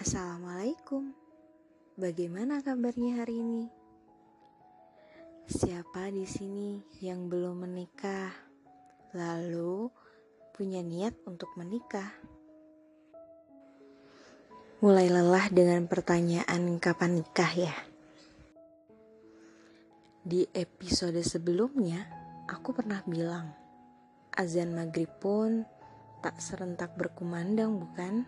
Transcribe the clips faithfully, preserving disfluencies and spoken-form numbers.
Assalamualaikum. Bagaimana kabarnya hari ini? Siapa di sini yang belum menikah, lalu punya niat untuk menikah? Mulai lelah dengan pertanyaan kapan nikah ya? Di episode sebelumnya, aku pernah bilang, azan maghrib pun tak serentak berkumandang, bukan?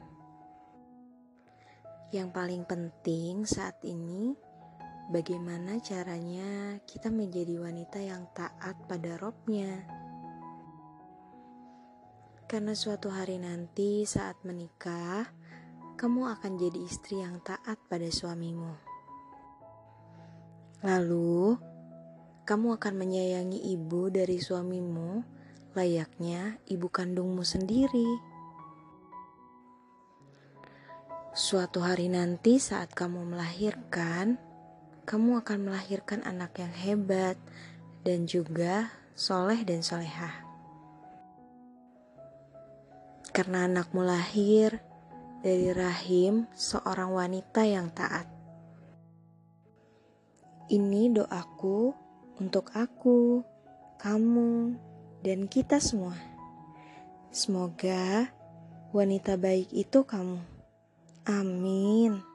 Yang paling penting saat ini, bagaimana caranya kita menjadi wanita yang taat pada Robnya. Karena suatu hari nanti saat menikah, kamu akan jadi istri yang taat pada suamimu. Lalu, kamu akan menyayangi ibu dari suamimu layaknya ibu kandungmu sendiri. Suatu hari nanti saat kamu melahirkan, kamu akan melahirkan anak yang hebat dan juga soleh dan solehah. Karena anakmu lahir dari rahim seorang wanita yang taat. Ini doaku untuk aku, kamu, dan kita semua. Semoga wanita baik itu kamu. Amin.